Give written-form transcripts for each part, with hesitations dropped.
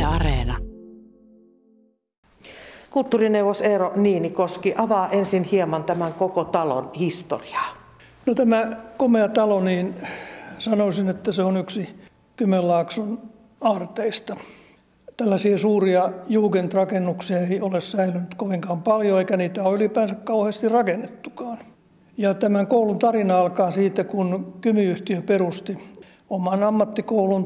Areena. Kulttuurineuvos Eero Niinikoski avaa ensin hieman tämän koko talon historiaa. No tämä komea talo, niin sanoisin, että se on yksi Kymenlaakson aarteista. Tällaisia suuria jugendrakennuksia ei ole säilynyt kovinkaan paljon, eikä niitä ole ylipäänsä kauheasti rakennettukaan. Ja tämän koulun tarina alkaa siitä, kun Kymi-yhtiö perusti oman ammattikoulun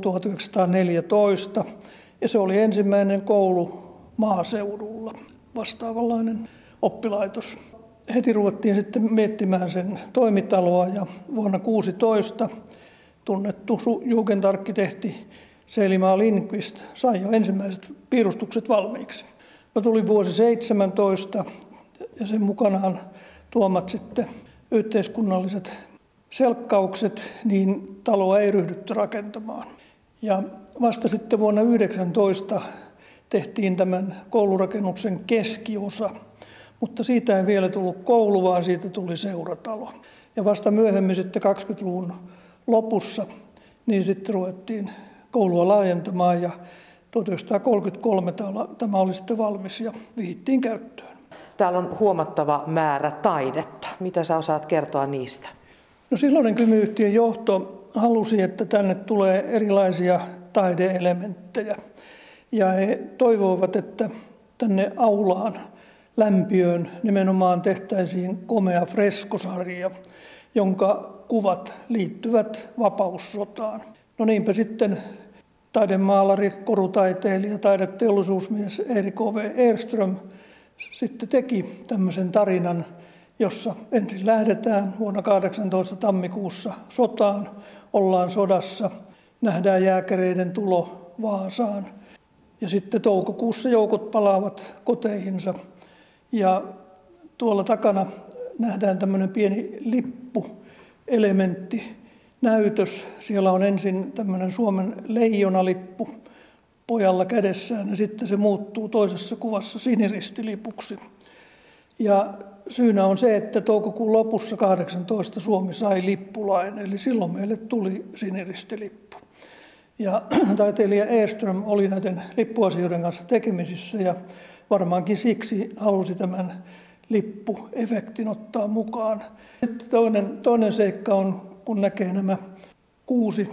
1914, ja se oli ensimmäinen koulu maaseudulla, vastaavanlainen oppilaitos. Heti ruvettiin sitten miettimään sen toimitaloa, ja vuonna 1916 tunnettu jugendarkkitehti Seelimaa Lindqvist sai jo ensimmäiset piirustukset valmiiksi. No tuli vuosi 17 ja sen mukanaan tuomat sitten yhteiskunnalliset selkkaukset, niin taloa ei ryhdytty rakentamaan. Ja vasta sitten vuonna 1919 tehtiin tämän koulurakennuksen keskiosa, mutta siitä ei vielä tullut koulu, vaan siitä tuli seuratalo. Ja vasta myöhemmin sitten 20-luvun lopussa niin sitten ruvettiin koulua laajentamaan ja 1933 tämä oli sitten valmis ja vihittiin käyttöön. Täällä on huomattava määrä taidetta. Mitä sä osaat kertoa niistä? No silloinen Kymi-yhtiön johto halusi, että tänne tulee erilaisia taideelementtejä. Ja he toivoivat, että tänne aulaan lämpiöön nimenomaan tehtäisiin komea freskosarja, jonka kuvat liittyvät vapaussotaan. No niinpä sitten taidemaalari, korutaiteilija, taideteollisuusmies Erik Ove Ehrström sitten teki tämmöisen tarinan, jossa ensin lähdetään vuonna 18 tammikuussa sotaan, ollaan sodassa, nähdään jääkäreiden tulo Vaasaan ja sitten toukokuussa joukot palaavat koteihinsa ja tuolla takana nähdään tämmöinen pieni lippuelementti, näytös. Siellä on ensin tämmöinen Suomen leijonalippu pojalla kädessään ja sitten se muuttuu toisessa kuvassa siniristilippuksi. Ja syynä on se, että toukokuun lopussa 18 Suomi sai lippulain, eli silloin meille tuli siniristilippu. Ja taiteilija Ehrström oli näiden lippuasioiden kanssa tekemisissä ja varmaankin siksi halusi tämän lippuefektin ottaa mukaan. Sitten toinen seikka on, kun näkee nämä 6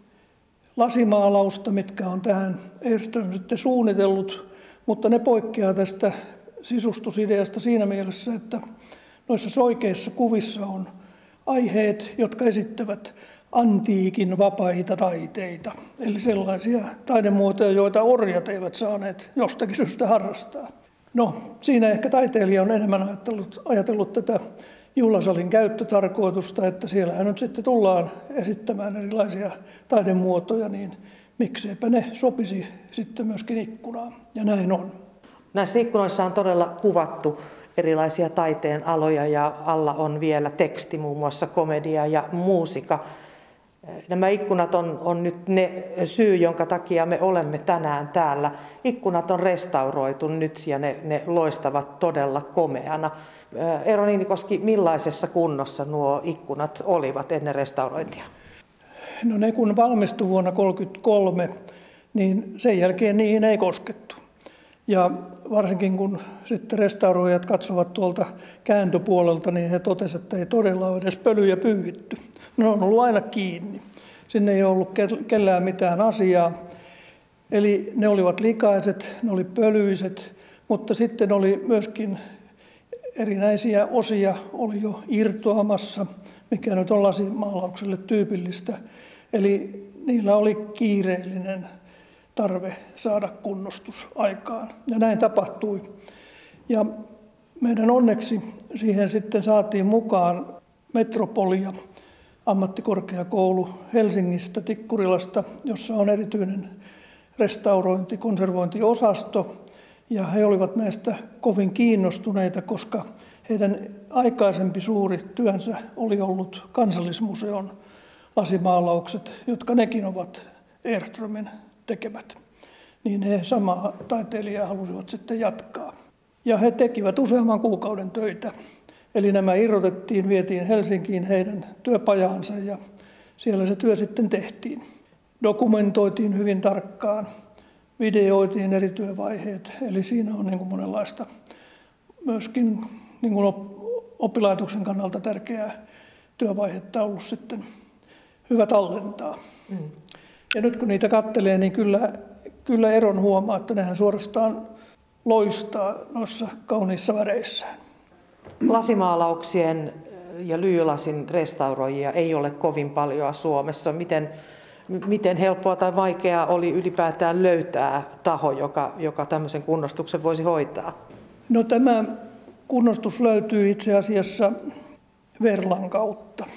lasimaalausta, mitkä on tähän Ehrström sitten suunnitellut, mutta ne poikkeaa tästä sisustusideasta siinä mielessä, että noissa soikeissa kuvissa on aiheet, jotka esittävät antiikin vapaita taiteita, eli sellaisia taidemuotoja, joita orjat eivät saaneet jostakin syystä harrastaa. No, siinä ehkä taiteilija on enemmän ajatellut tätä juhlasalin käyttötarkoitusta, että siellähän nyt sitten tullaan esittämään erilaisia taidemuotoja, niin mikseipä ne sopisi sitten myöskin ikkunaan, ja näin on. Näissä ikkunoissa on todella kuvattu erilaisia taiteen aloja ja alla on vielä teksti, muun muassa komedia ja muusika. Nämä ikkunat on nyt ne syy, jonka takia me olemme tänään täällä. Ikkunat on restauroitu nyt ja ne loistavat todella komeana. Eero Niinikoski, millaisessa kunnossa nuo ikkunat olivat ennen restaurointia? No ne kun valmistui vuonna 1933, niin sen jälkeen niihin ei koskettu. Ja varsinkin kun sitten restauroijat katsovat tuolta kääntöpuolelta, niin he totesivat, että ei todella ole edes pölyjä pyyhitty. Ne on ollut aina kiinni. Sinne ei ollut kellään mitään asiaa. Eli ne olivat likaiset, ne oli pölyiset, mutta sitten oli myöskin erinäisiä osia oli jo irtoamassa, mikä nyt on lasimaalaukselle tyypillistä. Eli niillä oli kiireellinen tarve saada kunnostus aikaan. Ja näin tapahtui. Ja meidän onneksi siihen sitten saatiin mukaan Metropolia, ammattikorkeakoulu Helsingistä, Tikkurilasta, jossa on erityinen restaurointi-, konservointiosasto. Ja he olivat näistä kovin kiinnostuneita, koska heidän aikaisempi suuri työnsä oli ollut Kansallismuseon lasimaalaukset, jotka nekin ovat Ehrströmin tekemät. Niin he samaa taiteilijaa halusivat sitten jatkaa. Ja he tekivät useamman kuukauden töitä. Eli nämä irrotettiin, vietiin Helsinkiin heidän työpajaansa ja siellä se työ sitten tehtiin. Dokumentoitiin hyvin tarkkaan. videoitiin eri työvaiheet. Eli siinä on niin kuin monenlaista myöskin niin kuin oppilaitoksen kannalta tärkeää työvaihetta ollut sitten hyvä tallentaa. Ja nyt kun niitä katselee, niin kyllä eron huomaa, että nehän suorastaan loistaa noissa kauniissa väreissään. Lasimaalauksien ja lyijylasin restauroijia ei ole kovin paljon Suomessa. Miten helppoa tai vaikeaa oli ylipäätään löytää taho, joka tämmöisen kunnostuksen voisi hoitaa? No tämä kunnostus löytyy itse asiassa Verlan kautta.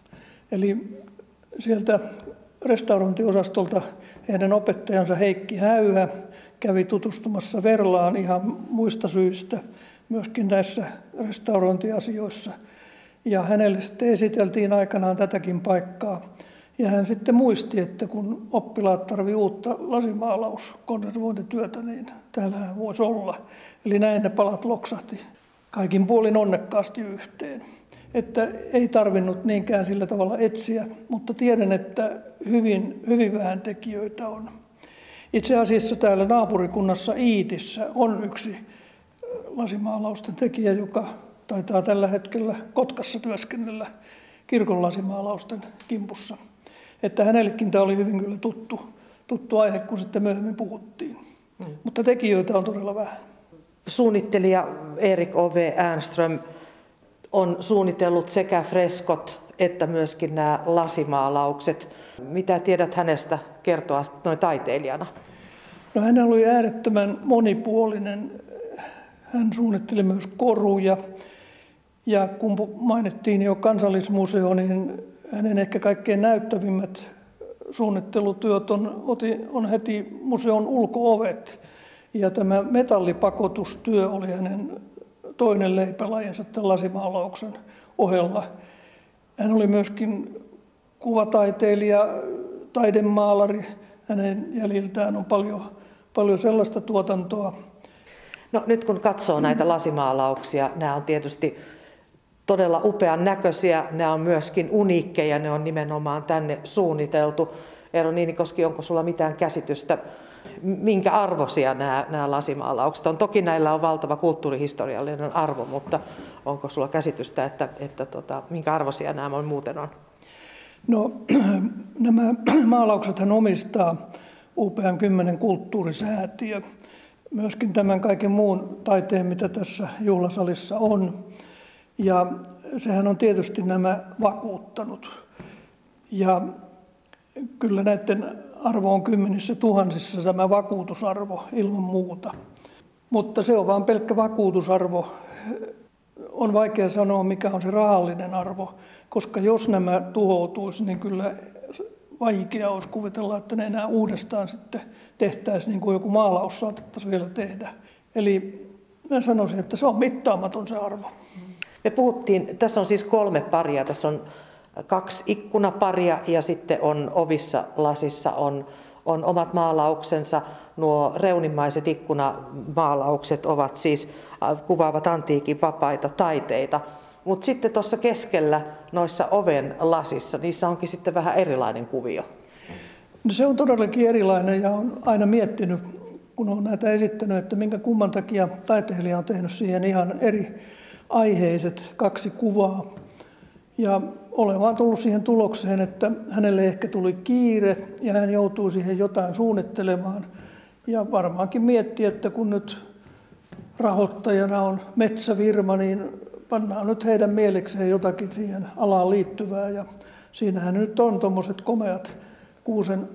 Eli sieltä restaurointiosastolta heidän opettajansa Heikki Häyhä kävi tutustumassa Verlaan ihan muista syistä, myöskin näissä restaurointiasioissa. Ja hänelle sitten esiteltiin aikanaan tätäkin paikkaa. Ja hän sitten muisti, että kun oppilaat tarvitsevat uutta lasimaalauskonservointityötä, niin täällähän voisi olla. Eli näin ne palat loksahti kaikin puolin onnekkaasti yhteen. Että ei tarvinnut niinkään sillä tavalla etsiä, mutta tiedän, että hyvin vähän tekijöitä on. Itse asiassa täällä naapurikunnassa Iitissä on yksi lasimaalausten tekijä, joka taitaa tällä hetkellä Kotkassa työskennellä kirkon lasimaalausten kimpussa. Että hänellekin tämä oli hyvin kyllä tuttu aihe, kun sitten myöhemmin puhuttiin. Mutta tekijöitä on todella vähän. Suunnittelija Erik O.V. Ernström on suunnitellut sekä freskot että myöskin nämä lasimaalaukset. Mitä tiedät hänestä kertoa noin taiteilijana? No, hän oli äärettömän monipuolinen. Hän suunnitteli myös koruja. Ja kun mainittiin jo Kansallismuseo, niin hänen ehkä kaikkein näyttävimmät suunnittelutyöt on heti museon ulko-ovet. Ja tämä metallipakotustyö oli hänen toinen leipälajinsa tämän lasimaalauksen ohella. Hän oli myöskin kuvataiteilija, taidemaalari. Hänen jäljiltään on paljon sellaista tuotantoa. No, nyt kun katsoo näitä lasimaalauksia, nämä on tietysti todella upean näköisiä. Nämä on myöskin uniikkeja, ne on nimenomaan tänne suunniteltu. Eero Niinikoski, onko sulla mitään käsitystä, minkä arvoisia nämä lasimaalaukset on? Toki näillä on valtava kulttuurihistoriallinen arvo, mutta onko sulla käsitystä, että minkä arvoisia nämä muuten on? No, nämä maalauksethan omistaa UPM 10 kulttuurisäätiö. Myöskin tämän kaiken muun taiteen, mitä tässä juhlasalissa on. Ja sehän on tietysti nämä vakuuttanut. Ja kyllä näiden arvo on kymmenissä tuhansissa tämä vakuutusarvo ilman muuta. Mutta se on vain pelkkä vakuutusarvo. On vaikea sanoa, mikä on se rahallinen arvo, koska jos nämä tuhoutuisi, niin kyllä vaikea olisi kuvitella, että ne enää uudestaan sitten tehtäisiin niin kuin joku maalaus saatettaisiin vielä tehdä. Eli mä sanoisin, että se on mittaamaton se arvo. Me puhuttiin, tässä on siis 3 paria, tässä on 2 ikkunaparia ja sitten on ovissa lasissa on omat maalauksensa. Nuo reunimaiset ikkunamaalaukset ovat siis, kuvaavat antiikin vapaita taiteita. Mutta sitten tuossa keskellä noissa oven lasissa, niissä onkin sitten vähän erilainen kuvio. No, se on todellakin erilainen ja olen aina miettinyt, kun olen näitä esittänyt, että minkä kumman takia taiteilija on tehnyt siihen ihan eri aiheiset 2 kuvaa. Ja olen vaan tullut siihen tulokseen, että hänelle ehkä tuli kiire ja hän joutuu siihen jotain suunnittelemaan. Ja varmaankin mietti, että kun nyt rahoittajana on Metsäfirma, niin pannaan nyt heidän mielekseen jotakin siihen alaan liittyvää. Ja siinähän nyt on tuommoiset komeat kuusen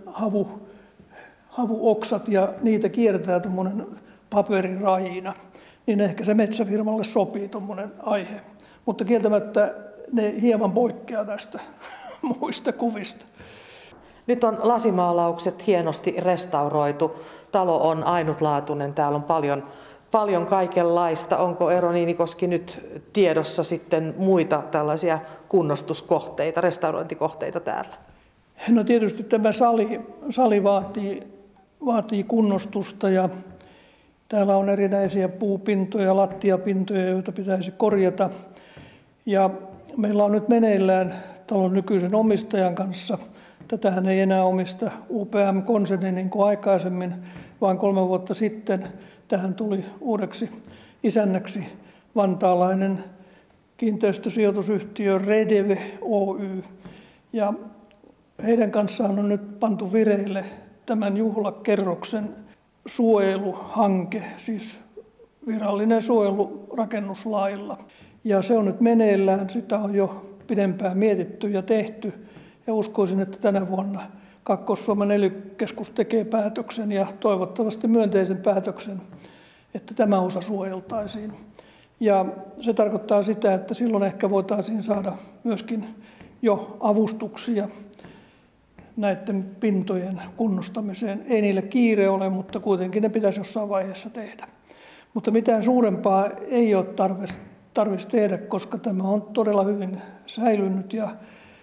havuoksat ja niitä kiertää tuommoinen paperirajina. Niin ehkä se Metsäfirmalle sopii tuommoinen aihe. Mutta kieltämättä ne hieman poikkeaa näistä muista kuvista. Nyt on lasimaalaukset hienosti restauroitu. Talo on ainutlaatuinen. Täällä on paljon kaikenlaista. Onko Eero Niinikoski nyt tiedossa sitten muita tällaisia kunnostuskohteita, restaurointikohteita täällä? No, tietysti tämä sali vaatii kunnostusta ja täällä on erinäisiä puupintoja, lattiapintoja, joita pitäisi korjata. Ja meillä on nyt meneillään talon nykyisen omistajan kanssa. Tätähän ei enää omista UPM-konserni niin kuin aikaisemmin, vaan 3 vuotta sitten tähän tuli uudeksi isännäksi vantaalainen kiinteistösijoitusyhtiö Redeve Oy. Ja heidän kanssaan on nyt pantu vireille tämän juhlakerroksen suojeluhanke, siis virallinen suojelu rakennuslailla. Ja se on nyt meneillään, sitä on jo pidempään mietitty ja tehty. Ja uskoisin, että tänä vuonna Kaakkois-Suomen ely-keskus tekee päätöksen ja toivottavasti myönteisen päätöksen, että tämä osa suojeltaisiin. Ja se tarkoittaa sitä, että silloin ehkä voitaisiin saada myöskin jo avustuksia näiden pintojen kunnostamiseen. Ei niille kiire ole, mutta kuitenkin ne pitäisi jossain vaiheessa tehdä. Mutta mitään suurempaa ei ole tarvitsisi tehdä, koska tämä on todella hyvin säilynyt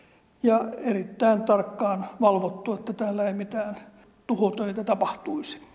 ja erittäin tarkkaan valvottu, että täällä ei mitään tuhotöitä tapahtuisi.